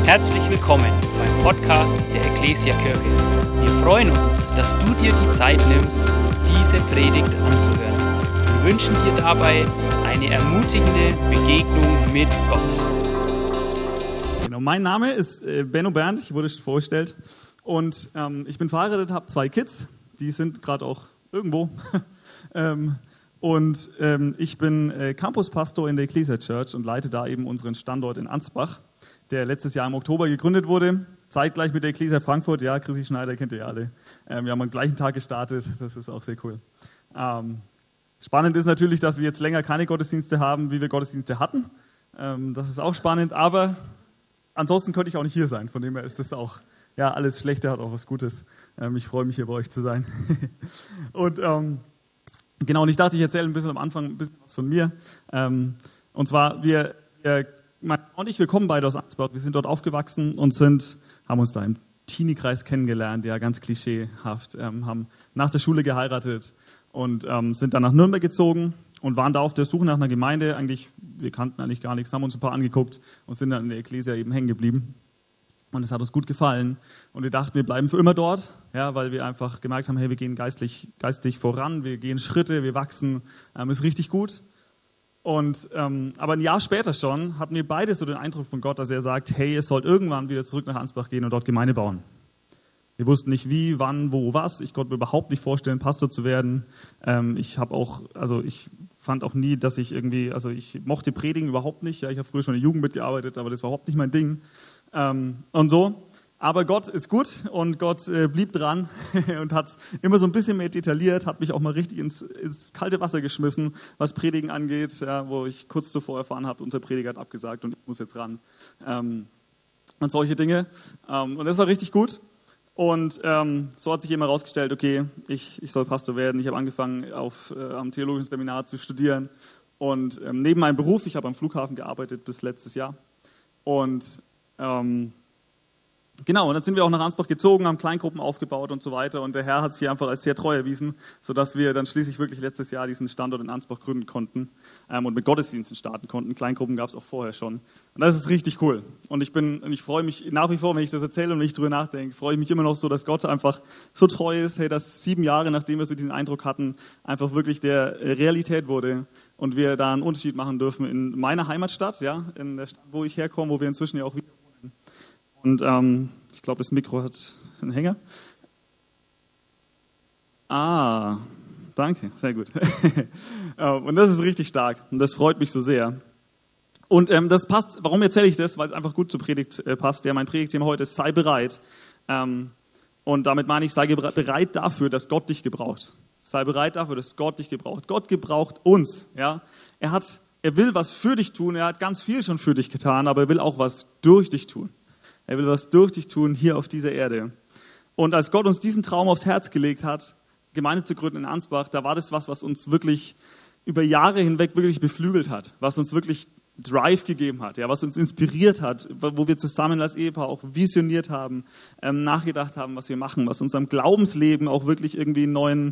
Herzlich willkommen beim Podcast der Ecclesia Kirche. Wir freuen uns, dass du dir die Zeit nimmst, diese Predigt anzuhören. Wir wünschen dir dabei eine ermutigende Begegnung mit Gott. Genau, mein Name ist Benno Bernd, ich wurde schon vorgestellt. Und ich bin verheiratet, habe 2 Kids, die sind gerade auch irgendwo. Ich bin Campuspastor in der Ecclesia Church und leite da eben unseren Standort in Ansbach, der letztes Jahr im Oktober gegründet wurde, zeitgleich mit der Ecclesia Frankfurt. Ja, Chrissy Schneider kennt ihr ja alle. Wir haben am gleichen Tag gestartet, das ist auch sehr cool. Spannend ist natürlich, dass wir jetzt länger keine Gottesdienste haben, wie wir Gottesdienste hatten. Das ist auch spannend, aber ansonsten könnte ich auch nicht hier sein. Von dem her ist das auch, ja, alles Schlechte hat auch was Gutes. Ich freue mich, hier bei euch zu sein. Und ich dachte, ich erzähle ein bisschen am Anfang ein bisschen was von mir. Und zwar, mein Mann und ich, wir kommen beide aus Ansbach. Wir sind dort aufgewachsen und haben uns da im Teenie-Kreis kennengelernt, ja, ganz klischeehaft. Haben nach der Schule geheiratet und sind dann nach Nürnberg gezogen und waren da auf der Suche nach einer Gemeinde. Wir kannten eigentlich gar nichts, haben uns ein paar angeguckt und sind dann in der Ecclesia eben hängen geblieben. Und es hat uns gut gefallen. Und wir dachten, wir bleiben für immer dort, ja, weil wir einfach gemerkt haben, hey, wir gehen geistlich voran, wir gehen Schritte, wir wachsen, ist richtig gut. Aber ein Jahr später schon hatten wir beide so den Eindruck von Gott, dass er sagt, hey, ihr sollt irgendwann wieder zurück nach Ansbach gehen und dort Gemeinde bauen. Wir wussten nicht wie, wann, wo, was. Ich konnte mir überhaupt nicht vorstellen, Pastor zu werden. Ich fand auch nie, dass ich mochte Predigen überhaupt nicht. Ja, ich habe früher schon in der Jugend mitgearbeitet, aber das war überhaupt nicht mein Ding. Aber Gott ist gut und Gott blieb dran und hat immer so ein bisschen mehr detailliert, hat mich auch mal richtig ins kalte Wasser geschmissen, was Predigen angeht, ja, wo ich kurz zuvor erfahren habe, unser Prediger hat abgesagt und ich muss jetzt ran. Und solche Dinge. Und das war richtig gut. Und so hat sich eben herausgestellt, okay, ich soll Pastor werden. Ich habe angefangen, am theologischen Seminar zu studieren. Und neben meinem Beruf, ich habe am Flughafen gearbeitet bis letztes Jahr. Und und dann sind wir auch nach Ansbach gezogen, haben Kleingruppen aufgebaut und so weiter. Und der Herr hat sich hier einfach als sehr treu erwiesen, sodass wir dann schließlich wirklich letztes Jahr diesen Standort in Ansbach gründen konnten und mit Gottesdiensten starten konnten. Kleingruppen gab es auch vorher schon. Und das ist richtig cool. Und ich freue mich nach wie vor, wenn ich das erzähle und wenn ich drüber nachdenke, freue ich mich immer noch so, dass Gott einfach so treu ist, hey, dass 7 Jahre, nachdem wir so diesen Eindruck hatten, einfach wirklich der Realität wurde und wir da einen Unterschied machen dürfen in meiner Heimatstadt, ja, in der Stadt, wo ich herkomme, wo wir inzwischen ja auch wieder wohnen. Und ich glaube, das Mikro hat einen Hänger. Danke, sehr gut. Und das ist richtig stark und das freut mich so sehr. Und das passt, warum erzähle ich das? Weil es einfach gut zur Predigt passt. Ja, mein Predigtthema heute ist, sei bereit. Und damit meine ich, sei bereit dafür, dass Gott dich gebraucht. Sei bereit dafür, dass Gott dich gebraucht. Gott gebraucht uns. Ja? Er will was für dich tun, er hat ganz viel schon für dich getan, aber er will auch was durch dich tun. Er will was durch dich tun hier auf dieser Erde. Und als Gott uns diesen Traum aufs Herz gelegt hat, Gemeinde zu gründen in Ansbach, da war das was uns wirklich über Jahre hinweg wirklich beflügelt hat, was uns wirklich Drive gegeben hat, ja, was uns inspiriert hat, wo wir zusammen als Ehepaar auch visioniert haben, nachgedacht haben, was wir machen, was unserem Glaubensleben auch wirklich irgendwie einen neuen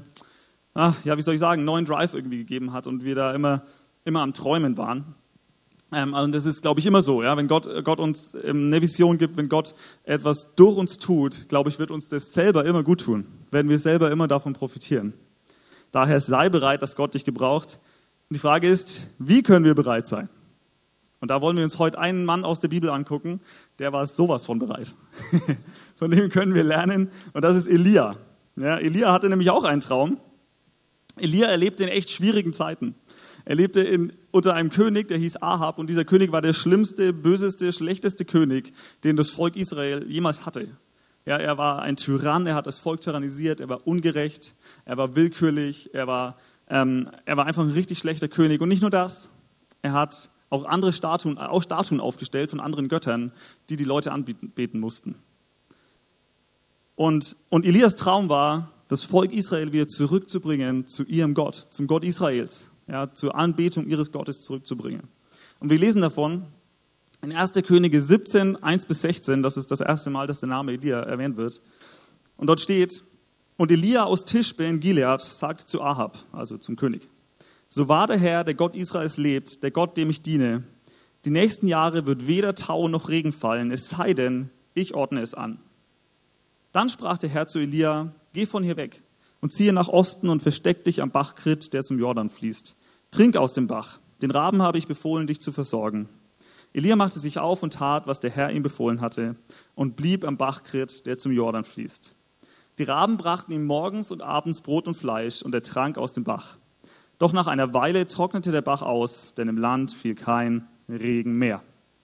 Drive irgendwie gegeben hat und wir da immer am Träumen waren. Und das ist, glaube ich, immer so, ja, wenn Gott uns eine Vision gibt, wenn Gott etwas durch uns tut, glaube ich, wird uns das selber immer gut tun, werden wir selber immer davon profitieren. Daher sei bereit, dass Gott dich gebraucht. Und die Frage ist, wie können wir bereit sein? Und da wollen wir uns heute einen Mann aus der Bibel angucken, der war sowas von bereit. Von dem können wir lernen und das ist Elia. Ja, Elia hatte nämlich auch einen Traum. Elia erlebte in echt schwierigen Zeiten. Er lebte unter einem König, der hieß Ahab, und dieser König war der schlimmste, böseste, schlechteste König, den das Volk Israel jemals hatte. Ja, er war ein Tyrann, er hat das Volk tyrannisiert, er war ungerecht, er war willkürlich, er war einfach ein richtig schlechter König. Und nicht nur das, er hat auch Statuen aufgestellt von anderen Göttern, die Leute anbeten mussten. Und Elias Traum war, das Volk Israel wieder zurückzubringen zu ihrem Gott, zum Gott Israels. Ja, zur Anbetung ihres Gottes zurückzubringen. Und wir lesen davon in 1. Könige 17, 1-16, das ist das erste Mal, dass der Name Elia erwähnt wird. Und dort steht, und Elia aus Tischbe in Gilead sagt zu Ahab, also zum König, so wahr der Herr, der Gott Israels lebt, der Gott, dem ich diene, die nächsten Jahre wird weder Tau noch Regen fallen, es sei denn, ich ordne es an. Dann sprach der Herr zu Elia, geh von hier weg und ziehe nach Osten und versteck dich am Bach Krit, der zum Jordan fließt. Trink aus dem Bach, den Raben habe ich befohlen, dich zu versorgen. Elia machte sich auf und tat, was der Herr ihm befohlen hatte, und blieb am Bach Krit, der zum Jordan fließt. Die Raben brachten ihm morgens und abends Brot und Fleisch, und er trank aus dem Bach. Doch nach einer Weile trocknete der Bach aus, denn im Land fiel kein Regen mehr.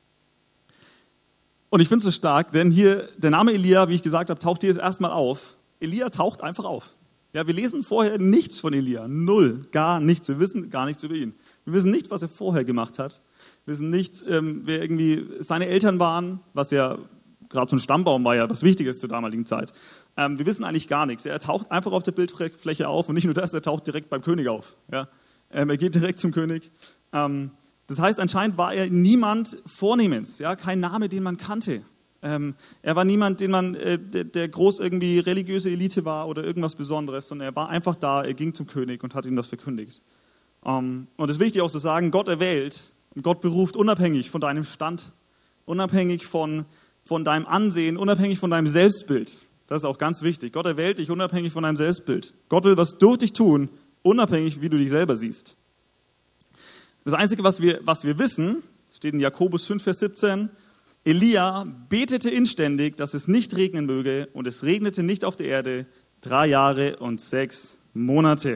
Und ich finde es so stark, denn hier der Name Elia, wie ich gesagt habe, taucht hier jetzt erstmal auf. Elia taucht einfach auf. Ja, wir lesen vorher nichts von Elia, null, gar nichts. Wir wissen gar nichts über ihn. Wir wissen nicht, was er vorher gemacht hat. Wir wissen nicht, wer irgendwie seine Eltern waren, was ja gerade so ein Stammbaum war ja was Wichtiges zur damaligen Zeit. Wir wissen eigentlich gar nichts. Er taucht einfach auf der Bildfläche auf und nicht nur das, er taucht direkt beim König auf. Ja? Er geht direkt zum König. Das heißt, anscheinend war er niemand Vornehmens, ja? Kein Name, den man kannte. Er war niemand, der groß irgendwie religiöse Elite war oder irgendwas Besonderes, sondern er war einfach da, er ging zum König und hat ihm das verkündigt. Und das ist wichtig auch zu sagen, Gott erwählt und Gott beruft unabhängig von deinem Stand, unabhängig von deinem Ansehen, unabhängig von deinem Selbstbild. Das ist auch ganz wichtig. Gott erwählt dich unabhängig von deinem Selbstbild. Gott will was durch dich tun, unabhängig, wie du dich selber siehst. Das Einzige, was wir wissen, steht in Jakobus 5, Vers 17, Elia betete inständig, dass es nicht regnen möge, und es regnete nicht auf der Erde 3 Jahre und 6 Monate.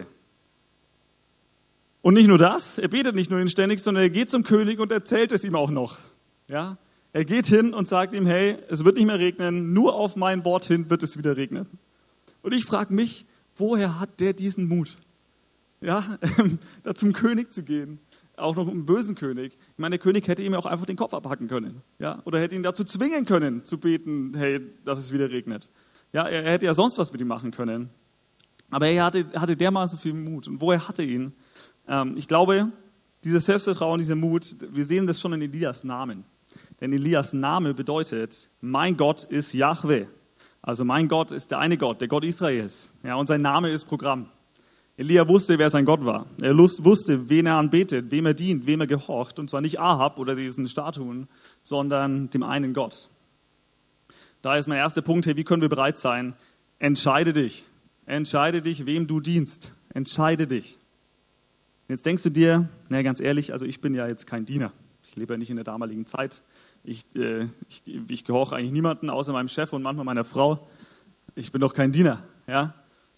Und nicht nur das, er betet nicht nur inständig, sondern er geht zum König und erzählt es ihm auch noch. Ja? Er geht hin und sagt ihm, hey, es wird nicht mehr regnen, nur auf mein Wort hin wird es wieder regnen. Und ich frage mich, woher hat der diesen Mut, ja, da zum König zu gehen? Auch noch einen bösen König. Ich meine, der König hätte ihm auch einfach den Kopf abhacken können. Ja? Oder hätte ihn dazu zwingen können, zu beten, hey, dass es wieder regnet. Ja, er hätte ja sonst was mit ihm machen können. Aber er hatte dermaßen viel Mut. Und woher hatte ihn? Ich glaube, dieses Selbstvertrauen, dieser Mut, wir sehen das schon in Elias Namen. Denn Elias Name bedeutet, mein Gott ist Jahwe. Also mein Gott ist der eine Gott, der Gott Israels. Ja, und sein Name ist Programm. Elia wusste, wer sein Gott war. Er wusste, wen er anbetet, wem er dient, wem er gehorcht. Und zwar nicht Ahab oder diesen Statuen, sondern dem einen Gott. Da ist mein erster Punkt, hey, wie können wir bereit sein? Entscheide dich. Entscheide dich, wem du dienst. Entscheide dich. Jetzt denkst du dir, na ganz ehrlich, also ich bin ja jetzt kein Diener. Ich lebe ja nicht in der damaligen Zeit. Ich gehorche eigentlich niemanden, außer meinem Chef und manchmal meiner Frau. Ich bin doch kein Diener. Ja?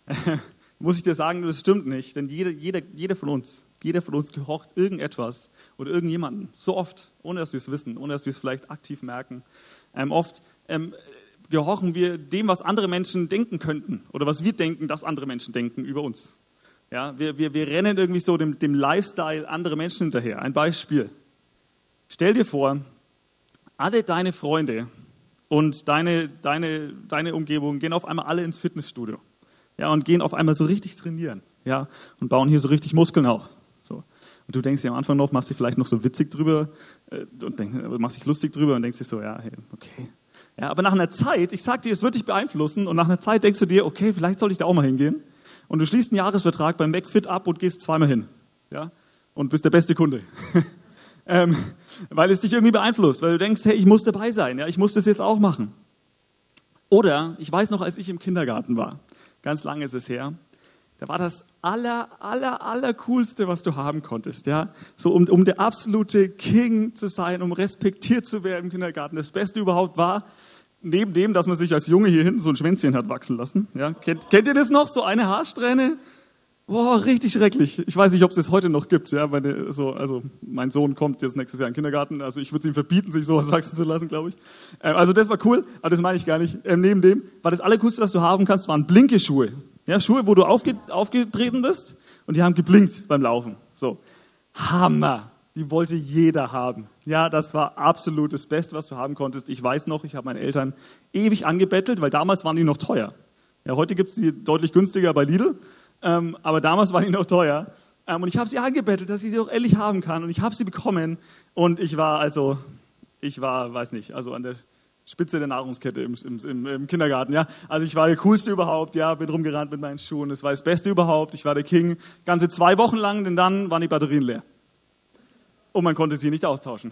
Muss ich dir sagen, das stimmt nicht. Denn jeder von uns gehorcht irgendetwas oder irgendjemanden. So oft, ohne dass wir es wissen, ohne dass wir es vielleicht aktiv merken. Oft gehorchen wir dem, was andere Menschen denken könnten oder was wir denken, dass andere Menschen denken über uns. Ja, wir rennen irgendwie so dem Lifestyle anderer Menschen hinterher. Ein Beispiel. Stell dir vor, alle deine Freunde und deine Umgebung gehen auf einmal alle ins Fitnessstudio. Ja, und gehen auf einmal so richtig trainieren. Ja, und bauen hier so richtig Muskeln auch. So. Und du denkst dir am Anfang noch, machst dich vielleicht noch so witzig drüber und machst dich lustig drüber und denkst dir so, ja, hey, okay. Ja, aber nach einer Zeit, ich sag dir, es wird dich beeinflussen und nach einer Zeit denkst du dir, okay, vielleicht soll ich da auch mal hingehen. Und du schließt einen Jahresvertrag beim McFit ab und gehst 2-mal hin. Ja, und bist der beste Kunde. Weil es dich irgendwie beeinflusst, weil du denkst, hey, ich muss dabei sein, ja, ich muss das jetzt auch machen. Oder, ich weiß noch, als ich im Kindergarten war, ganz lange ist es her, da war das allercoolste, was du haben konntest, ja, so um der absolute King zu sein, um respektiert zu werden im Kindergarten. Das Beste überhaupt war, neben dem, dass man sich als Junge hier hinten so ein Schwänzchen hat wachsen lassen, ja, kennt ihr das noch, so eine Haarsträhne? Boah, richtig schrecklich. Ich weiß nicht, ob es das heute noch gibt. Ja, also mein Sohn kommt jetzt nächstes Jahr in den Kindergarten. Also ich würde es ihm verbieten, sich sowas wachsen zu lassen, glaube ich. Also das war cool, aber das meine ich gar nicht. Neben dem war das Allercoolste, was du haben kannst, waren blinke Schuhe. Ja, Schuhe, wo du aufgetreten bist und die haben geblinkt beim Laufen. So, Hammer. Die wollte jeder haben. Ja, das war absolut das Beste, was du haben konntest. Ich weiß noch, ich habe meine Eltern ewig angebettelt, weil damals waren die noch teuer. Ja, heute gibt es die deutlich günstiger bei Lidl. Aber damals waren die noch teuer. Und ich habe sie angebettelt, dass ich sie auch endlich haben kann. Und ich habe sie bekommen. Und ich war, weiß nicht, also an der Spitze der Nahrungskette im Kindergarten. Ja, also ich war der Coolste überhaupt. Ja, bin rumgerannt mit meinen Schuhen. Es war das Beste überhaupt. Ich war der King. Ganze 2 Wochen lang, denn dann waren die Batterien leer. und man konnte sie nicht austauschen.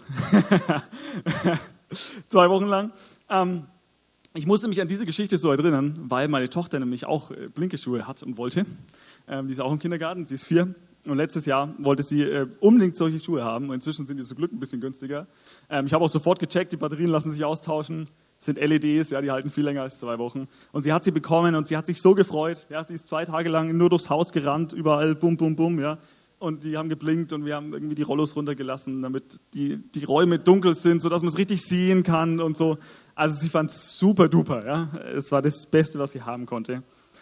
2 Wochen lang. Ich musste mich an diese Geschichte so erinnern, weil meine Tochter nämlich auch Blinkeschuhe hat und wollte. Die ist auch im Kindergarten, sie ist 4. Und letztes Jahr wollte sie unbedingt solche Schuhe haben. Und inzwischen sind die zum Glück ein bisschen günstiger. Ich habe auch sofort gecheckt, die Batterien lassen sich austauschen. Das sind LEDs, ja, die halten viel länger als 2 Wochen. Und sie hat sie bekommen und sie hat sich so gefreut. Ja, sie ist 2 Tage lang nur durchs Haus gerannt, überall bum, bum, bum. Ja. Und die haben geblinkt und wir haben irgendwie die Rollos runtergelassen, damit die Räume dunkel sind, sodass man es richtig sehen kann und so. Also sie fand es super duper. Ja. Es war das Beste, was sie haben konnte.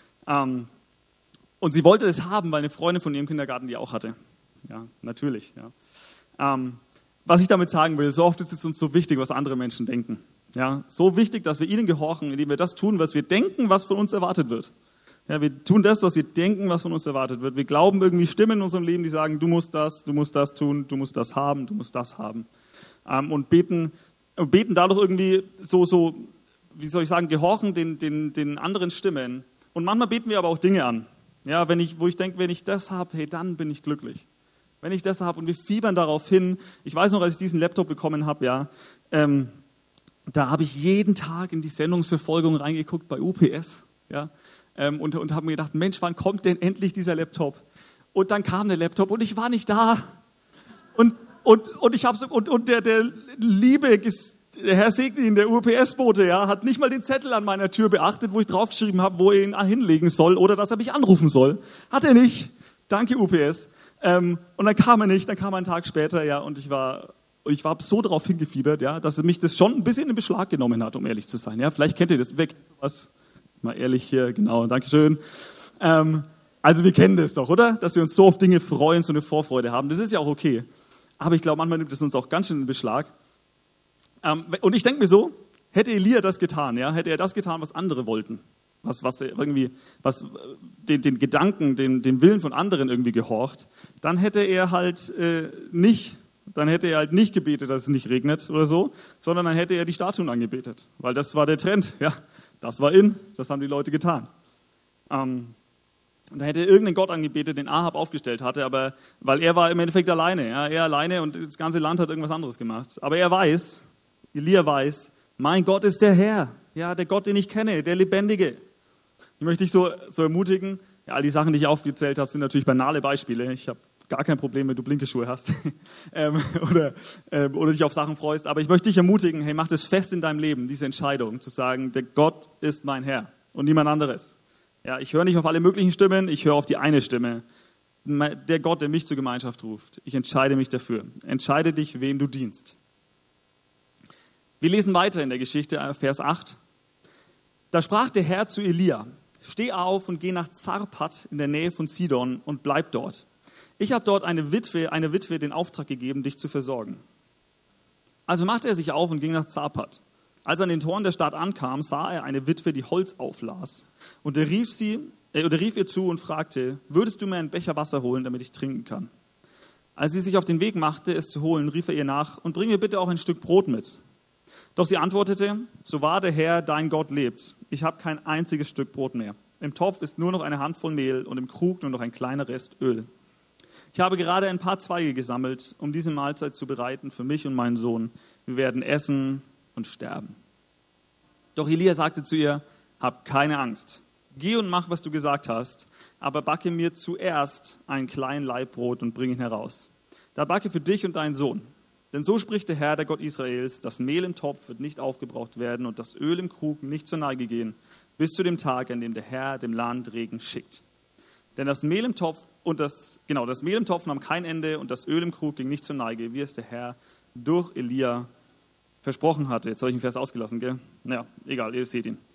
Und sie wollte es haben, weil eine Freundin von ihrem Kindergarten die auch hatte. Ja, natürlich. Ja. Was ich damit sagen will, so oft ist es uns so wichtig, was andere Menschen denken. Ja, so wichtig, dass wir ihnen gehorchen, indem wir das tun, was wir denken, was von uns erwartet wird. Ja, wir tun das, was wir denken, was von uns erwartet wird. Wir glauben irgendwie Stimmen in unserem Leben, die sagen, du musst das tun, du musst das haben, du musst das haben. Und beten dadurch irgendwie so, wie soll ich sagen, gehorchen den anderen Stimmen. Und manchmal beten wir aber auch Dinge an. Ja, wo ich denke, wenn ich das habe, hey, dann bin ich glücklich. Wenn ich das habe und wir fiebern darauf hin. Ich weiß noch, als ich diesen Laptop bekommen habe, ja, da habe ich jeden Tag in die Sendungsverfolgung reingeguckt bei UPS, ja, und habe mir gedacht, Mensch, wann kommt denn endlich dieser Laptop? Und dann kam der Laptop und ich war nicht da. Und der liebe der Herr segne ihn, der UPS-Bote, ja, hat nicht mal den Zettel an meiner Tür beachtet, wo ich draufgeschrieben habe, wo er ihn hinlegen soll oder dass er mich anrufen soll. Hat er nicht. Danke, UPS. Und dann kam er nicht, dann kam er einen Tag später, ja, und ich war so darauf hingefiebert, ja, dass mich das schon ein bisschen in Beschlag genommen hat, um ehrlich zu sein. Ja, vielleicht kennt ihr das. Was? Mal ehrlich hier, genau, Dankeschön. Also wir kennen das doch, oder? Dass wir uns so auf Dinge freuen, so eine Vorfreude haben. Das ist ja auch okay. Aber ich glaube, manchmal nimmt es uns auch ganz schön in Beschlag. Und ich denke mir so, hätte Elia das getan, ja, hätte er das getan, was andere wollten, den Gedanken, dem Willen von anderen irgendwie gehorcht, dann hätte er halt nicht gebetet, dass es nicht regnet oder so, sondern dann hätte er die Statuen angebetet, weil das war der Trend, ja, das war das haben die Leute getan. Da hätte er irgendeinen Gott angebetet, den Ahab aufgestellt hatte, aber weil er war im Endeffekt alleine, ja, er alleine und das ganze Land hat irgendwas anderes gemacht. Aber Elia weiß, mein Gott ist der Herr, ja, der Gott, den ich kenne, der Lebendige. Ich möchte dich so ermutigen, ja, all die Sachen, die ich aufgezählt habe, sind natürlich banale Beispiele. Ich habe gar kein Problem, wenn du Blinkeschuhe hast oder dich auf Sachen freust. Aber ich möchte dich ermutigen, hey, mach das fest in deinem Leben, diese Entscheidung, zu sagen, der Gott ist mein Herr und niemand anderes. Ja, ich höre nicht auf alle möglichen Stimmen, ich höre auf die eine Stimme. Der Gott, der mich zur Gemeinschaft ruft. Ich entscheide mich dafür. Entscheide dich, wem du dienst. Wir lesen weiter in der Geschichte, Vers 8. Da sprach der Herr zu Elia, steh auf und geh nach Zarpat in der Nähe von Sidon und bleib dort. Ich habe dort eine Witwe den Auftrag gegeben, dich zu versorgen. Also machte er sich auf und ging nach Zarpat. Als er an den Toren der Stadt ankam, sah er eine Witwe, die Holz auflas. Und er rief ihr zu und fragte, würdest du mir einen Becher Wasser holen, damit ich trinken kann? Als sie sich auf den Weg machte, es zu holen, rief er ihr nach und bring mir bitte auch ein Stück Brot mit. Doch sie antwortete, so wahr der Herr, dein Gott, lebt. Ich habe kein einziges Stück Brot mehr. Im Topf ist nur noch eine Handvoll Mehl und im Krug nur noch ein kleiner Rest Öl. Ich habe gerade ein paar Zweige gesammelt, um diese Mahlzeit zu bereiten für mich und meinen Sohn. Wir werden essen und sterben. Doch Elia sagte zu ihr, hab keine Angst. Geh und mach, was du gesagt hast, aber backe mir zuerst einen kleinen Laib Brot und bring ihn heraus. Da backe für dich und deinen Sohn. Denn so spricht der Herr, der Gott Israels, das Mehl im Topf wird nicht aufgebraucht werden und das Öl im Krug nicht zur Neige gehen, bis zu dem Tag, an dem der Herr dem Land Regen schickt. Denn das Mehl im Topf nahm kein Ende und das Öl im Krug ging nicht zur Neige, wie es der Herr durch Elia versprochen hatte. Jetzt habe ich einen Vers ausgelassen, gell? Naja, egal, ihr seht ihn.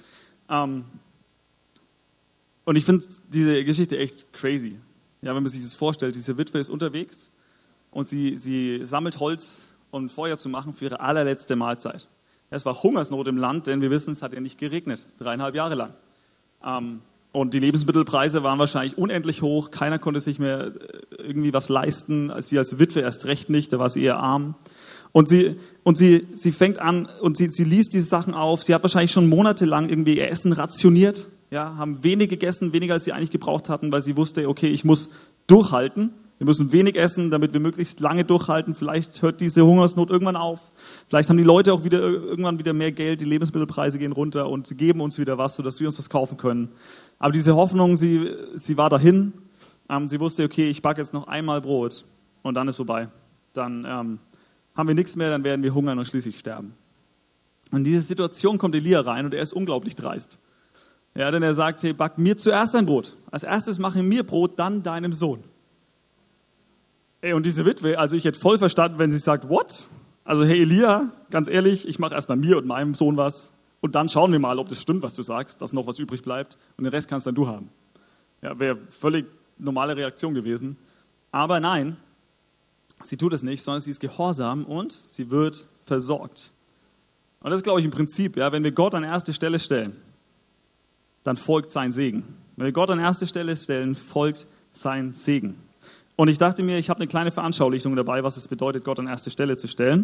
Und ich finde diese Geschichte echt crazy. Ja, wenn man sich das vorstellt, diese Witwe ist unterwegs und sie sammelt Holz, um Feuer zu machen für ihre allerletzte Mahlzeit. Es war Hungersnot im Land, denn wir wissen, es hat ja nicht geregnet, 3,5 Jahre lang. Und die Lebensmittelpreise waren wahrscheinlich unendlich hoch. Keiner konnte sich mehr irgendwie was leisten. Sie als Witwe erst recht nicht, da war sie eher arm. Und sie fängt an und sie liest diese Sachen auf. Sie hat wahrscheinlich schon monatelang irgendwie ihr Essen rationiert. Ja, haben wenig gegessen, weniger als sie eigentlich gebraucht hatten, weil sie wusste, okay, ich muss durchhalten. Wir müssen wenig essen, damit wir möglichst lange durchhalten. Vielleicht hört diese Hungersnot irgendwann auf. Vielleicht haben die Leute auch irgendwann wieder mehr Geld, die Lebensmittelpreise gehen runter und sie geben uns wieder was, sodass wir uns was kaufen können. Aber diese Hoffnung, sie war dahin. Sie wusste, okay, ich backe jetzt noch einmal Brot und dann ist vorbei. Dann haben wir nichts mehr, dann werden wir hungern und schließlich sterben. Und in diese Situation kommt Elia rein und er ist unglaublich dreist. Ja, denn er sagt, hey, back mir zuerst ein Brot. Als erstes mache mir Brot, dann deinem Sohn. Ey, und diese Witwe, also ich hätte voll verstanden, wenn sie sagt, what? Also hey Elia, ganz ehrlich, ich mache erst bei mir und meinem Sohn was und dann schauen wir mal, ob das stimmt, was du sagst, dass noch was übrig bleibt und den Rest kannst dann du haben. Ja, wäre völlig normale Reaktion gewesen. Aber nein, sie tut es nicht, sondern sie ist gehorsam und sie wird versorgt. Und das ist, glaube ich, ein Prinzip, ja, wenn wir Gott an erste Stelle stellen, dann folgt sein Segen. Wenn wir Gott an erste Stelle stellen, folgt sein Segen. Und ich dachte mir, ich habe eine kleine Veranschaulichung dabei, was es bedeutet, Gott an erste Stelle zu stellen.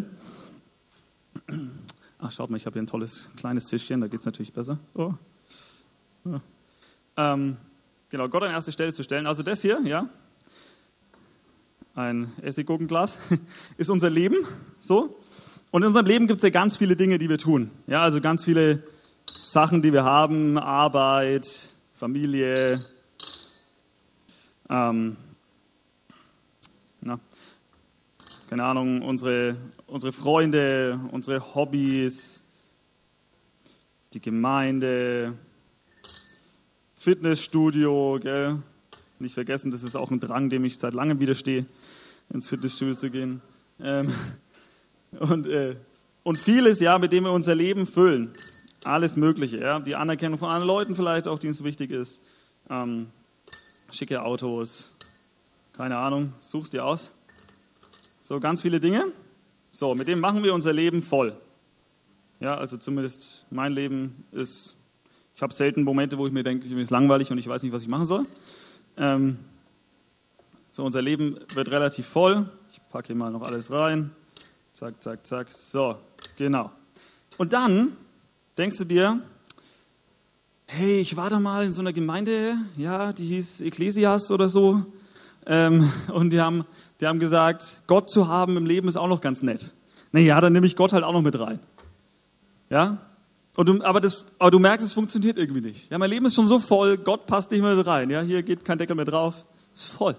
Ach, schaut mal, ich habe hier ein tolles kleines Tischchen, da geht es natürlich besser. Oh. Ja. Genau, Gott an erste Stelle zu stellen. Also das hier, ja, ein Essiggurkenglas, ist unser Leben, so. Und in unserem Leben gibt es ja ganz viele Dinge, die wir tun. Ja, also ganz viele Sachen, die wir haben, Arbeit, Familie, keine Ahnung, unsere Freunde, unsere Hobbys, die Gemeinde, Fitnessstudio, gell? Nicht vergessen, das ist auch ein Drang, dem ich seit langem widerstehe, ins Fitnessstudio zu gehen. Und vieles, ja, mit dem wir unser Leben füllen. Alles Mögliche, ja. Die Anerkennung von anderen Leuten vielleicht auch, die uns wichtig ist. Schicke Autos, keine Ahnung, such's dir aus. So, ganz viele Dinge. So, mit dem machen wir unser Leben voll. Ja, also zumindest mein Leben ist, ich habe selten Momente, wo ich mir denke, mir ist langweilig und ich weiß nicht, was ich machen soll. So, unser Leben wird relativ voll. Ich packe hier mal noch alles rein. Zack, zack, zack. So, genau. Und dann denkst du dir, hey, ich war da mal in so einer Gemeinde, ja, die hieß Ekklesias oder so. Und die haben gesagt, Gott zu haben im Leben ist auch noch ganz nett. Naja, dann nehme ich Gott halt auch noch mit rein. Ja? Aber du merkst, es funktioniert irgendwie nicht. Ja, mein Leben ist schon so voll, Gott passt nicht mehr mit rein. Ja, hier geht kein Deckel mehr drauf. Ist voll.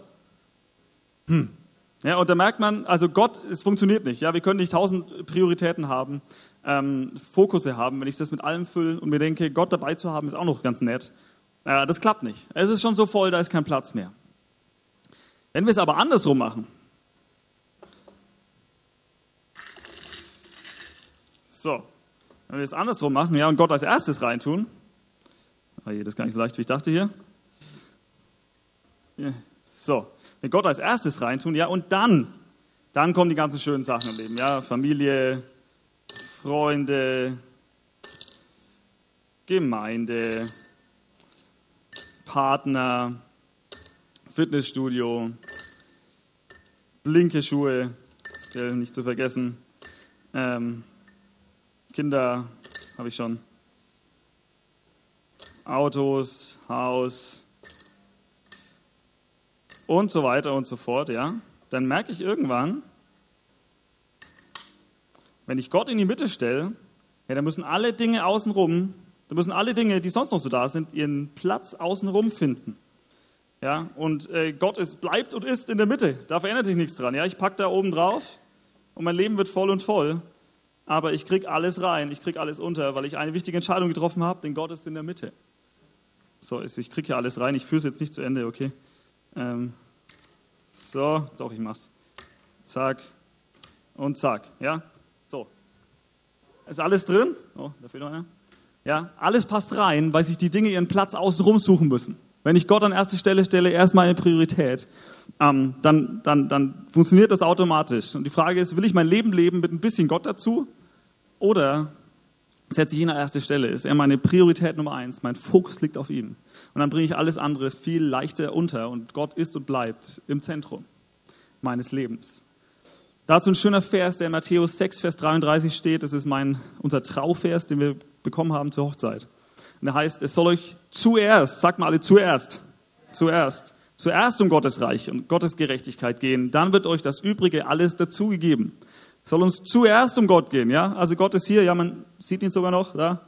Ja, und da merkt man, also Gott, es funktioniert nicht. Ja, wir können nicht 1000 Prioritäten haben, Fokusse haben, wenn ich das mit allem fülle und mir denke, Gott dabei zu haben, ist auch noch ganz nett. Das klappt nicht. Es ist schon so voll, da ist kein Platz mehr. Wenn wir es aber andersrum machen, so, wenn wir es andersrum machen, ja, und Gott als erstes reintun, das ist gar nicht so leicht, wie ich dachte hier. Ja, so, wenn Gott als erstes reintun, ja, und dann kommen die ganzen schönen Sachen im Leben, ja, Familie, Freunde, Gemeinde, Partner, Fitnessstudio, blinke Schuhe, nicht zu vergessen, Kinder habe ich schon, Autos, Haus und so weiter und so fort, ja, dann merke ich irgendwann, wenn ich Gott in die Mitte stelle, ja, dann müssen alle Dinge außenrum, die sonst noch so da sind, ihren Platz außenrum finden. Ja, und Gott bleibt und ist in der Mitte, da verändert sich nichts dran. Ja, ich packe da oben drauf und mein Leben wird voll und voll, aber ich kriege alles rein, ich kriege alles unter, weil ich eine wichtige Entscheidung getroffen habe, denn Gott ist in der Mitte. So, ich kriege hier alles rein, ich führe es jetzt nicht zu Ende, okay? So, doch, ich mach's. Zack und zack, ja? So. Ist alles drin? Oh, da fehlt noch einer. Ja, alles passt rein, weil sich die Dinge ihren Platz außenrum suchen müssen. Wenn ich Gott an erste Stelle stelle, erst meine Priorität, dann funktioniert das automatisch. Und die Frage ist, will ich mein Leben leben mit ein bisschen Gott dazu? Oder setze ich ihn an erste Stelle? Ist er meine Priorität Nummer 1? Mein Fokus liegt auf ihm. Und dann bringe ich alles andere viel leichter unter. Und Gott ist und bleibt im Zentrum meines Lebens. Dazu ein schöner Vers, der in Matthäus 6, Vers 33 steht. Das ist unser Trauvers, den wir bekommen haben zur Hochzeit. Und der heißt, es soll euch zuerst, sagt mal alle zuerst zuerst um Gottes Reich und Gottes Gerechtigkeit gehen, dann wird euch das Übrige alles dazugegeben. Es soll uns zuerst um Gott gehen, ja? Also Gott ist hier, ja, man sieht ihn sogar noch, da.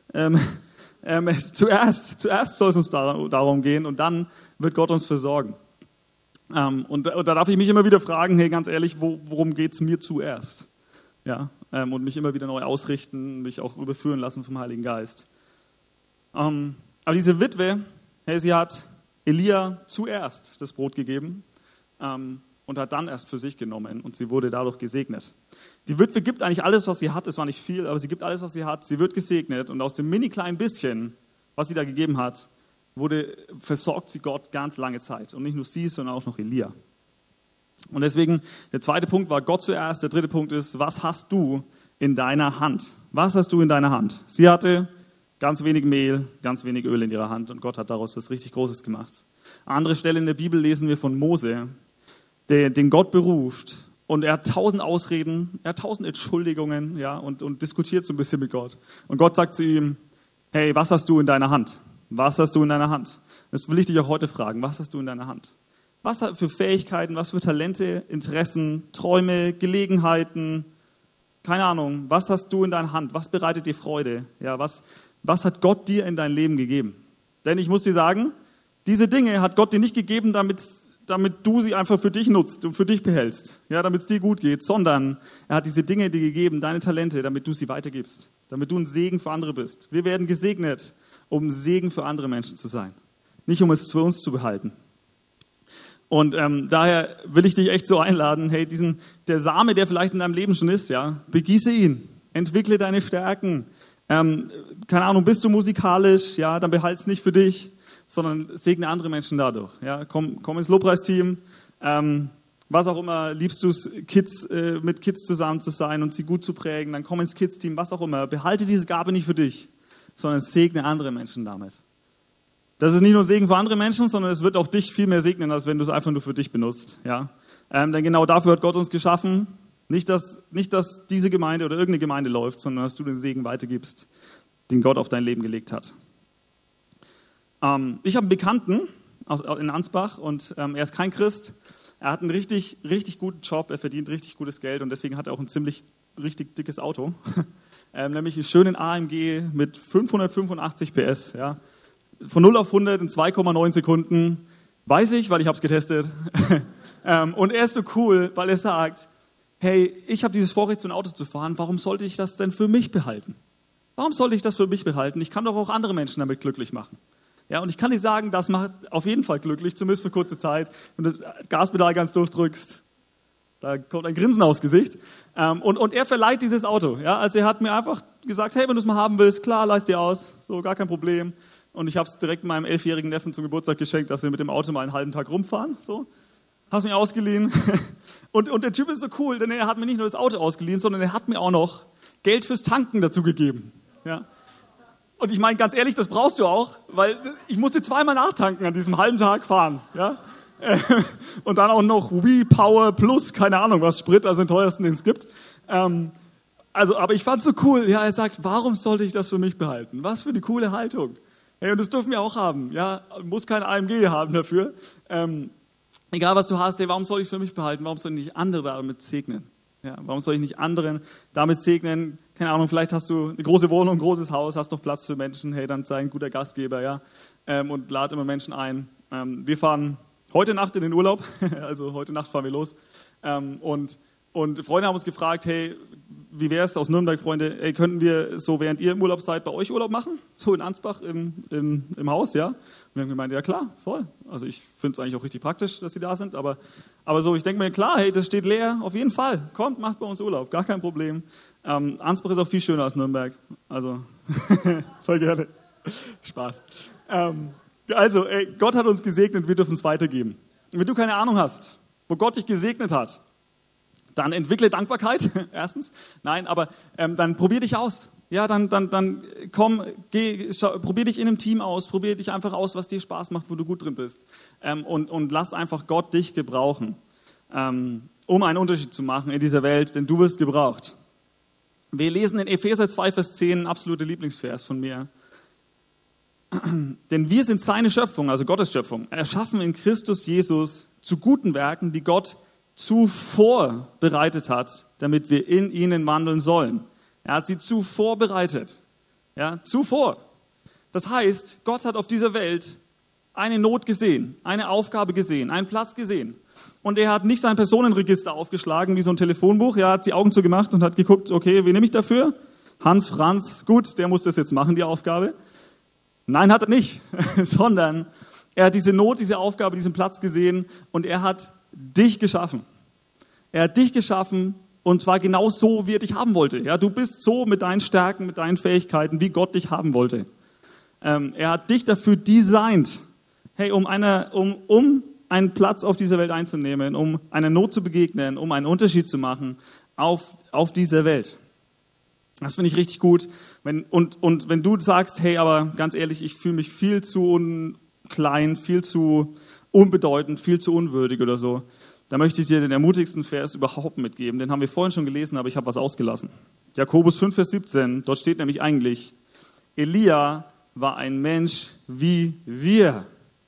Zuerst soll es uns darum gehen und dann wird Gott uns versorgen. Und da darf ich mich immer wieder fragen, hey, ganz ehrlich, worum geht es mir zuerst? Ja, und mich immer wieder neu ausrichten, mich auch überführen lassen vom Heiligen Geist. Aber diese Witwe, hey, sie hat Elia zuerst das Brot gegeben und hat dann erst für sich genommen und sie wurde dadurch gesegnet. Die Witwe gibt eigentlich alles, was sie hat, es war nicht viel, aber sie gibt alles, was sie hat, sie wird gesegnet und aus dem mini kleinen bisschen, was sie da gegeben hat, versorgt sie Gott ganz lange Zeit. Und nicht nur sie, sondern auch noch Elia. Und deswegen, der zweite Punkt war Gott zuerst, der dritte Punkt ist, was hast du in deiner Hand? Was hast du in deiner Hand? Sie hatte ganz wenig Mehl, ganz wenig Öl in ihrer Hand und Gott hat daraus was richtig Großes gemacht. An anderer Stelle in der Bibel lesen wir von Mose, den Gott beruft und er hat 1000 Ausreden, er hat 1000 Entschuldigungen, ja, und diskutiert so ein bisschen mit Gott. Und Gott sagt zu ihm, hey, was hast du in deiner Hand? Was hast du in deiner Hand? Das will ich dich auch heute fragen. Was hast du in deiner Hand? Was für Fähigkeiten, was für Talente, Interessen, Träume, Gelegenheiten, keine Ahnung, was hast du in deiner Hand? Was bereitet dir Freude? Ja, was hat Gott dir in dein Leben gegeben? Denn ich muss dir sagen, diese Dinge hat Gott dir nicht gegeben, damit du sie einfach für dich nutzt und für dich behältst, ja, damit es dir gut geht, sondern er hat diese Dinge dir gegeben, deine Talente, damit du sie weitergibst, damit du ein Segen für andere bist. Wir werden gesegnet, um Segen für andere Menschen zu sein, nicht um es für uns zu behalten. Und daher will ich dich echt so einladen, hey, der Same, der vielleicht in deinem Leben schon ist, ja, begieße ihn, entwickle deine Stärken. Keine Ahnung, bist du musikalisch, ja, dann behalte es nicht für dich, sondern segne andere Menschen dadurch. Ja, komm ins Lobpreisteam, was auch immer, liebst du es, mit Kids zusammen zu sein und sie gut zu prägen, dann komm ins Kids-Team, was auch immer. Behalte diese Gabe nicht für dich, sondern segne andere Menschen damit. Das ist nicht nur Segen für andere Menschen, sondern es wird auch dich viel mehr segnen, als wenn du es einfach nur für dich benutzt. Ja? Denn genau dafür hat Gott uns geschaffen. Nicht, dass diese Gemeinde oder irgendeine Gemeinde läuft, sondern dass du den Segen weitergibst, den Gott auf dein Leben gelegt hat. Ich habe einen Bekannten in Ansbach und er ist kein Christ. Er hat einen richtig, richtig guten Job, er verdient richtig gutes Geld und deswegen hat er auch ein richtig dickes Auto. Nämlich einen schönen AMG mit 585 PS. Ja. Von 0 auf 100 in 2,9 Sekunden. Weiß ich, weil ich habe es getestet. Und er ist so cool, weil er sagt, hey, ich habe dieses Vorrecht, so ein Auto zu fahren, warum sollte ich das denn für mich behalten? Warum sollte ich das für mich behalten? Ich kann doch auch andere Menschen damit glücklich machen. Ja, und ich kann dir sagen, das macht auf jeden Fall glücklich, zumindest für kurze Zeit. Wenn du das Gaspedal ganz durchdrückst, da kommt ein Grinsen aufs Gesicht. Und er verleiht dieses Auto. Ja, also er hat mir einfach gesagt, hey, wenn du es mal haben willst, klar, leist dir aus, so gar kein Problem. Und ich habe es direkt meinem 11-jährigen Neffen zum Geburtstag geschenkt, dass wir mit dem Auto mal einen halben Tag rumfahren. So, hab's mir ausgeliehen. Und der Typ ist so cool, denn er hat mir nicht nur das Auto ausgeliehen, sondern er hat mir auch noch Geld fürs Tanken dazu gegeben. Ja. Und ich meine, ganz ehrlich, das brauchst du auch, weil ich musste 2-mal nachtanken an diesem halben Tag fahren. Ja. Und dann auch noch WePower Plus, keine Ahnung was, Sprit, also den teuersten, den es gibt. Aber ich fand's so cool. Ja, er sagt, warum sollte ich das für mich behalten? Was für eine coole Haltung. Hey, und das dürfen wir auch haben. Ja, muss kein AMG haben dafür. Egal, was du hast, hey, warum soll ich es für mich behalten? Warum soll ich nicht andere damit segnen? Ja, warum soll ich nicht anderen damit segnen? Keine Ahnung, vielleicht hast du eine große Wohnung, ein großes Haus, hast noch Platz für Menschen. Hey, dann sei ein guter Gastgeber, ja, und lad immer Menschen ein. Wir fahren heute Nacht in den Urlaub, also heute Nacht fahren wir los. Und Freunde haben uns gefragt, hey, wie wäre es aus Nürnberg, Freunde, hey, könnten wir so, während ihr im Urlaub seid, bei euch Urlaub machen? So in Ansbach im Haus, ja? Und wir haben gemeint, ja klar, voll. Also ich finde es eigentlich auch richtig praktisch, dass sie da sind, aber so, ich denke mir, klar, hey, das steht leer, auf jeden Fall. Kommt, macht bei uns Urlaub, gar kein Problem. Ansbach ist auch viel schöner als Nürnberg, also voll gerne. Spaß. Ey, Gott hat uns gesegnet, wir dürfen es weitergeben. Und wenn du keine Ahnung hast, wo Gott dich gesegnet hat, dann entwickle Dankbarkeit, erstens. Nein, aber dann probier dich aus. Ja, dann komm, probier dich in einem Team aus, probier dich einfach aus, was dir Spaß macht, wo du gut drin bist. Und lass einfach Gott dich gebrauchen, um einen Unterschied zu machen in dieser Welt, denn du wirst gebraucht. Wir lesen in Epheser 2, Vers 10, ein absoluter Lieblingsvers von mir. Denn wir sind seine Schöpfung, also Gottes Schöpfung, erschaffen in Christus Jesus zu guten Werken, die Gott zuvor bereitet hat, damit wir in ihnen wandeln sollen. Er hat sie zuvor bereitet. Ja, zuvor. Das heißt, Gott hat auf dieser Welt eine Not gesehen, eine Aufgabe gesehen, einen Platz gesehen. Und er hat nicht sein Personenregister aufgeschlagen wie so ein Telefonbuch. Er hat die Augen zugemacht und hat geguckt, okay, wen nehme ich dafür? Hans Franz, gut, der muss das jetzt machen, die Aufgabe. Nein, hat er nicht, sondern er hat diese Not, diese Aufgabe, diesen Platz gesehen und er hat dich geschaffen. Er hat dich geschaffen und zwar genau so, wie er dich haben wollte. Ja, du bist so mit deinen Stärken, mit deinen Fähigkeiten, wie Gott dich haben wollte. Er hat dich dafür designt, hey, um einen Platz auf dieser Welt einzunehmen, um einer Not zu begegnen, um einen Unterschied zu machen auf dieser Welt. Das finde ich richtig gut. Wenn du sagst, hey, aber ganz ehrlich, ich fühle mich viel zu klein, viel zu unbedeutend, viel zu unwürdig oder so, dann möchte ich dir den ermutigsten Vers überhaupt mitgeben. Den haben wir vorhin schon gelesen, aber ich habe was ausgelassen. Jakobus 5, Vers 17, dort steht nämlich eigentlich, Elia war ein Mensch wie wir.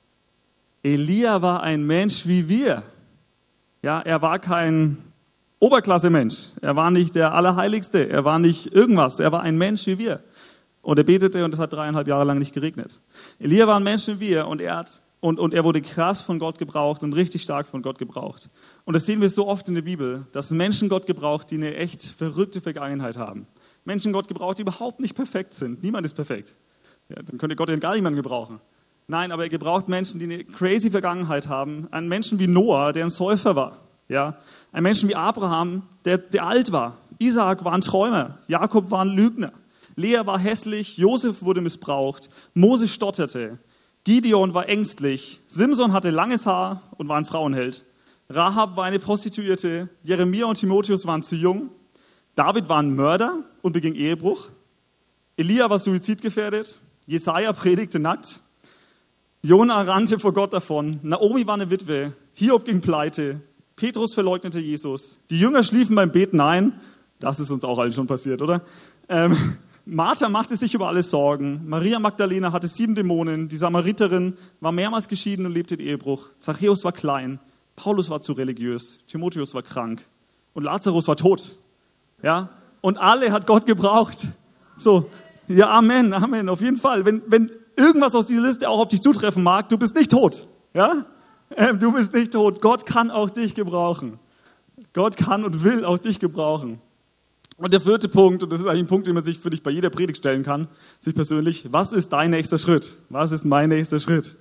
Elia war ein Mensch wie wir. Ja, er war kein Oberklasse-Mensch. Er war nicht der Allerheiligste. Er war nicht irgendwas. Er war ein Mensch wie wir. Und er betete und es hat 3,5 Jahre lang nicht geregnet. Elia war ein Mensch wie wir und er wurde krass von Gott gebraucht und richtig stark von Gott gebraucht. Und das sehen wir so oft in der Bibel, dass Menschen Gott gebraucht, die eine echt verrückte Vergangenheit haben. Menschen Gott gebraucht, die überhaupt nicht perfekt sind. Niemand ist perfekt. Ja, dann könnte Gott ja gar niemanden gebrauchen. Nein, aber er gebraucht Menschen, die eine crazy Vergangenheit haben. Einen Menschen wie Noah, der ein Säufer war. Ja, ein Menschen wie Abraham, der alt war. Isaak war ein Träumer. Jakob war ein Lügner. Lea war hässlich. Josef wurde missbraucht. Mose stotterte. Gideon war ängstlich. Simson hatte langes Haar und war ein Frauenheld. Rahab war eine Prostituierte. Jeremia und Timotheus waren zu jung. David war ein Mörder und beging Ehebruch. Elia war suizidgefährdet. Jesaja predigte nackt. Jona rannte vor Gott davon. Naomi war eine Witwe. Hiob ging pleite. Petrus verleugnete Jesus. Die Jünger schliefen beim Beten ein. Das ist uns auch allen schon passiert, oder? Martha machte sich über alles Sorgen. Maria Magdalena hatte 7 Dämonen. Die Samariterin war mehrmals geschieden und lebte in Ehebruch. Zachäus war klein. Paulus war zu religiös. Timotheus war krank. Und Lazarus war tot. Ja? Und alle hat Gott gebraucht. So, ja, Amen, Amen, auf jeden Fall. Wenn irgendwas aus dieser Liste auch auf dich zutreffen mag, du bist nicht tot. Ja? Du bist nicht tot. Gott kann auch dich gebrauchen. Gott kann und will auch dich gebrauchen. Und der 4. Punkt, und das ist eigentlich ein Punkt, den man sich für dich bei jeder Predigt stellen kann, sich persönlich, was ist dein nächster Schritt? Was ist mein nächster Schritt?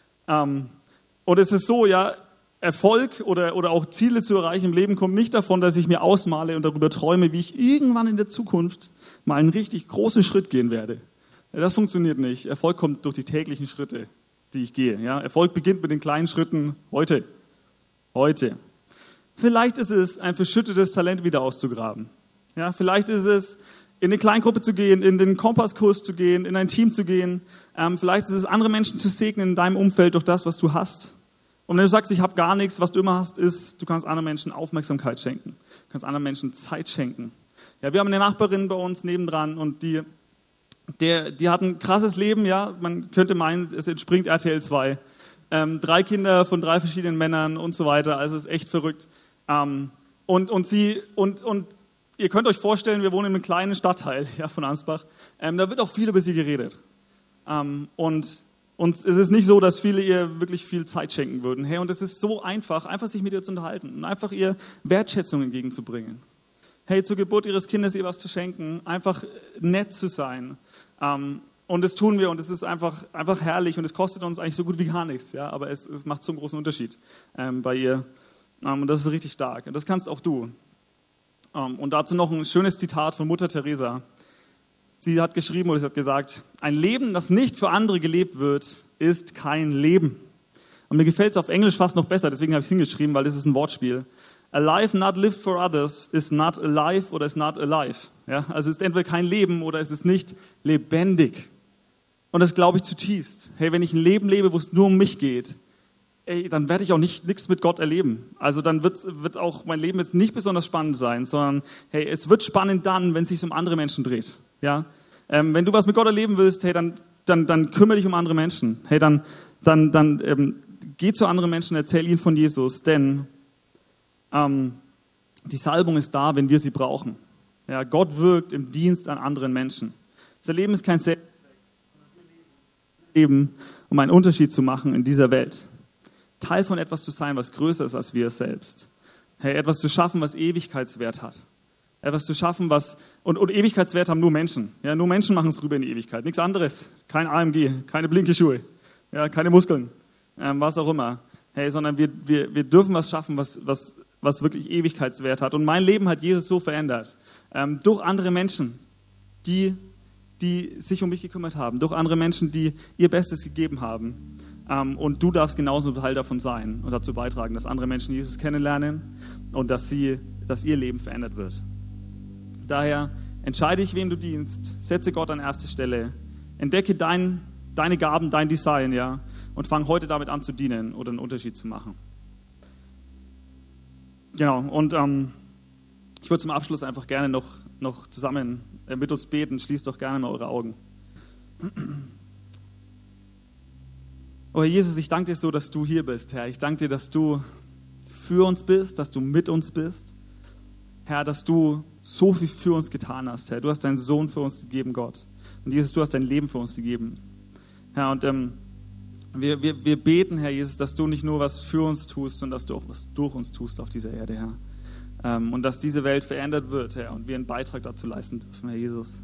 Und es ist so, ja, Erfolg oder auch Ziele zu erreichen im Leben kommt nicht davon, dass ich mir ausmale und darüber träume, wie ich irgendwann in der Zukunft mal einen richtig großen Schritt gehen werde. Ja, das funktioniert nicht. Erfolg kommt durch die täglichen Schritte, die ich gehe. Ja? Erfolg beginnt mit den kleinen Schritten heute. Vielleicht ist es, ein verschüttetes Talent wieder auszugraben. Ja? Vielleicht ist es, in eine Kleingruppe zu gehen, in den Kompasskurs zu gehen, in ein Team zu gehen. Vielleicht ist es, andere Menschen zu segnen in deinem Umfeld durch das, was du hast. Und wenn du sagst, ich habe gar nichts, was du immer hast, ist, du kannst anderen Menschen Aufmerksamkeit schenken. Du kannst anderen Menschen Zeit schenken. Ja, wir haben eine Nachbarin bei uns nebendran und die hat ein krasses Leben, ja. Man könnte meinen, es entspringt RTL 2. 3 Kinder von 3 verschiedenen Männern und so weiter. Also es ist echt verrückt. Und ihr könnt euch vorstellen, wir wohnen in einem kleinen Stadtteil, ja, von Ansbach. Da wird auch viel über sie geredet. Und es ist nicht so, dass viele ihr wirklich viel Zeit schenken würden. Hey, und es ist so einfach sich mit ihr zu unterhalten und einfach ihr Wertschätzung entgegenzubringen. Hey, zur Geburt ihres Kindes ihr was zu schenken, einfach nett zu sein. Und das tun wir und es ist einfach herrlich und es kostet uns eigentlich so gut wie gar nichts. Ja? Aber es macht so einen großen Unterschied bei ihr. Und das ist richtig stark. Und das kannst auch du. Und dazu noch ein schönes Zitat von Mutter Teresa. Sie hat geschrieben oder sie hat gesagt, ein Leben, das nicht für andere gelebt wird, ist kein Leben. Und mir gefällt es auf Englisch fast noch besser, deswegen habe ich es hingeschrieben, weil das ist ein Wortspiel. A life not lived for others is not alive oder is not alive. Ja, also es ist entweder kein Leben oder es ist nicht lebendig. Und das glaube ich zutiefst. Hey, wenn ich ein Leben lebe, wo es nur um mich geht, dann werde ich auch nichts mit Gott erleben. Also dann wird auch mein Leben jetzt nicht besonders spannend sein, sondern hey, es wird spannend dann, wenn es sich um andere Menschen dreht. Ja? Wenn du was mit Gott erleben willst, hey, dann dann kümmere dich um andere Menschen. Hey, dann geh zu anderen Menschen, erzähl ihnen von Jesus, denn die Salbung ist da, wenn wir sie brauchen. Ja, Gott wirkt im Dienst an anderen Menschen. Unser Leben ist kein Selbstzweck, wir leben, um einen Unterschied zu machen in dieser Welt. Teil von etwas zu sein, was größer ist als wir selbst. Hey, etwas zu schaffen, was Ewigkeitswert hat. Etwas zu schaffen, und Ewigkeitswert haben nur Menschen. Ja, nur Menschen machen es rüber in die Ewigkeit. Nichts anderes. Kein AMG, keine Blinkeschuhe, ja, keine Muskeln, was auch immer. Hey, sondern wir dürfen was schaffen, was wirklich Ewigkeitswert hat. Und mein Leben hat Jesus so verändert. Durch andere Menschen, die sich um mich gekümmert haben. Durch andere Menschen, die ihr Bestes gegeben haben. Und du darfst genauso Teil davon sein und dazu beitragen, dass andere Menschen Jesus kennenlernen und dass ihr Leben verändert wird. Daher entscheide dich, wen du dienst, setze Gott an erste Stelle, entdecke deine Gaben, dein Design, ja, und fang heute damit an zu dienen oder einen Unterschied zu machen. Genau, und ich würde zum Abschluss einfach gerne noch zusammen mit uns beten. Schließt doch gerne mal eure Augen. Oh Herr Jesus, ich danke dir so, dass du hier bist, Herr. Ich danke dir, dass du für uns bist, dass du mit uns bist. Herr, dass du so viel für uns getan hast, Herr. Du hast deinen Sohn für uns gegeben, Gott. Und Jesus, du hast dein Leben für uns gegeben. Herr, und wir beten, Herr Jesus, dass du nicht nur was für uns tust, sondern dass du auch was durch uns tust auf dieser Erde, Herr. Und dass diese Welt verändert wird, Herr, und wir einen Beitrag dazu leisten dürfen, Herr Jesus.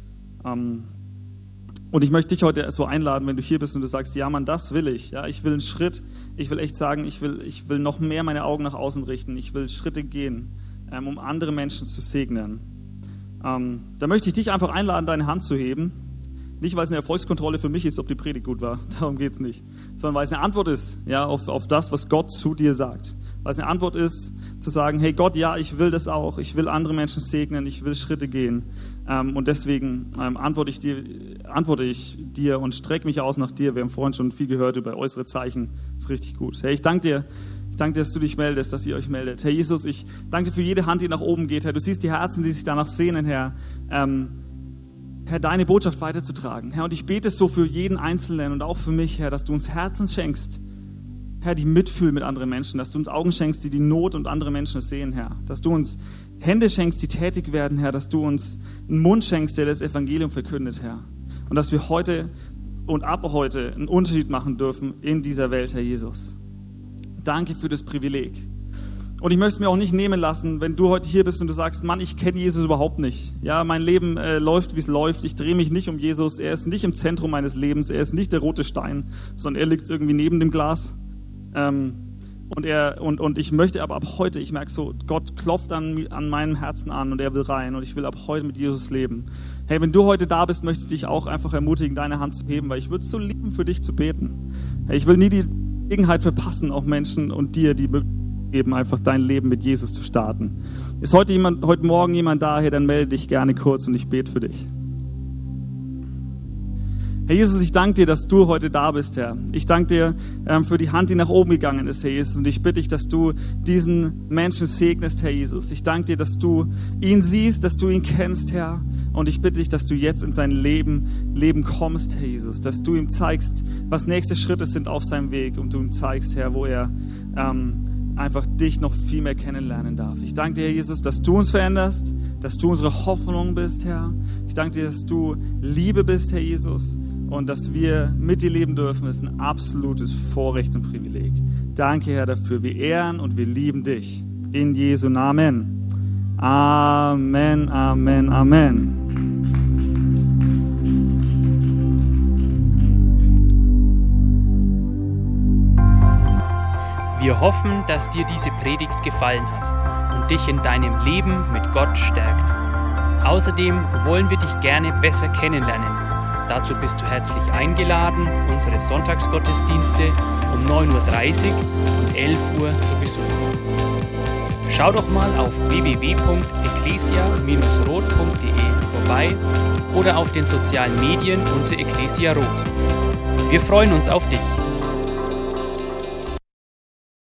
Und ich möchte dich heute so einladen, wenn du hier bist und du sagst, ja Mann, das will ich. Ja, ich will einen Schritt, ich will echt sagen, ich will noch mehr meine Augen nach außen richten. Ich will Schritte gehen, um andere Menschen zu segnen. Da möchte ich dich einfach einladen, deine Hand zu heben. Nicht, weil es eine Erfolgskontrolle für mich ist, ob die Predigt gut war, darum geht es nicht. Sondern weil es eine Antwort ist, ja, auf das, was Gott zu dir sagt. Weil es eine Antwort ist, zu sagen, hey Gott, ja, ich will das auch. Ich will andere Menschen segnen, ich will Schritte gehen. Und deswegen antworte ich dir und strecke mich aus nach dir. Wir haben vorhin schon viel gehört über äußere Zeichen. Das ist richtig gut. Hey, ich danke dir, dass du dich meldest, dass ihr euch meldet. Herr Jesus, ich danke dir für jede Hand, die nach oben geht. Herr, du siehst die Herzen, die sich danach sehnen, Herr. Herr, deine Botschaft weiterzutragen. Herr, und ich bete so für jeden Einzelnen und auch für mich, Herr, dass du uns Herzen schenkst, Herr, die mitfühlen mit anderen Menschen, dass du uns Augen schenkst, die Not und andere Menschen sehen, Herr. Dass du uns Hände schenkst, die tätig werden, Herr, dass du uns einen Mund schenkst, der das Evangelium verkündet, Herr. Und dass wir heute und ab heute einen Unterschied machen dürfen in dieser Welt, Herr Jesus. Danke für das Privileg. Und ich möchte es mir auch nicht nehmen lassen, wenn du heute hier bist und du sagst, Mann, ich kenne Jesus überhaupt nicht. Ja, mein Leben läuft, wie es läuft. Ich drehe mich nicht um Jesus. Er ist nicht im Zentrum meines Lebens. Er ist nicht der rote Stein, sondern er liegt irgendwie neben dem Glas. Und ich möchte aber ab heute, ich merke so, Gott klopft an meinem Herzen an und er will rein und ich will ab heute mit Jesus leben. Hey, wenn du heute da bist, möchte ich dich auch einfach ermutigen, deine Hand zu heben, weil ich würde es so lieben, für dich zu beten. Hey, ich will nie die Gelegenheit verpassen, auch Menschen und dir die Möglichkeit geben, einfach dein Leben mit Jesus zu starten. Ist heute Morgen jemand da, hey, dann melde dich gerne kurz und ich bete für dich. Herr Jesus, ich danke dir, dass du heute da bist, Herr. Ich danke dir für die Hand, die nach oben gegangen ist, Herr Jesus. Und ich bitte dich, dass du diesen Menschen segnest, Herr Jesus. Ich danke dir, dass du ihn siehst, dass du ihn kennst, Herr. Und ich bitte dich, dass du jetzt in sein Leben kommst, Herr Jesus. Dass du ihm zeigst, was nächste Schritte sind auf seinem Weg. Und du ihm zeigst, Herr, wo er einfach dich noch viel mehr kennenlernen darf. Ich danke dir, Herr Jesus, dass du uns veränderst, dass du unsere Hoffnung bist, Herr. Ich danke dir, dass du Liebe bist, Herr Jesus. Und dass wir mit dir leben dürfen, ist ein absolutes Vorrecht und Privileg. Danke, Herr, dafür. Wir ehren und wir lieben dich. In Jesu Namen. Amen, Amen, Amen. Wir hoffen, dass dir diese Predigt gefallen hat und dich in deinem Leben mit Gott stärkt. Außerdem wollen wir dich gerne besser kennenlernen. Dazu bist du herzlich eingeladen, unsere Sonntagsgottesdienste um 9.30 Uhr und 11 Uhr zu besuchen. Schau doch mal auf www.ecclesia-rot.de vorbei oder auf den sozialen Medien unter Ecclesia Rot. Wir freuen uns auf dich.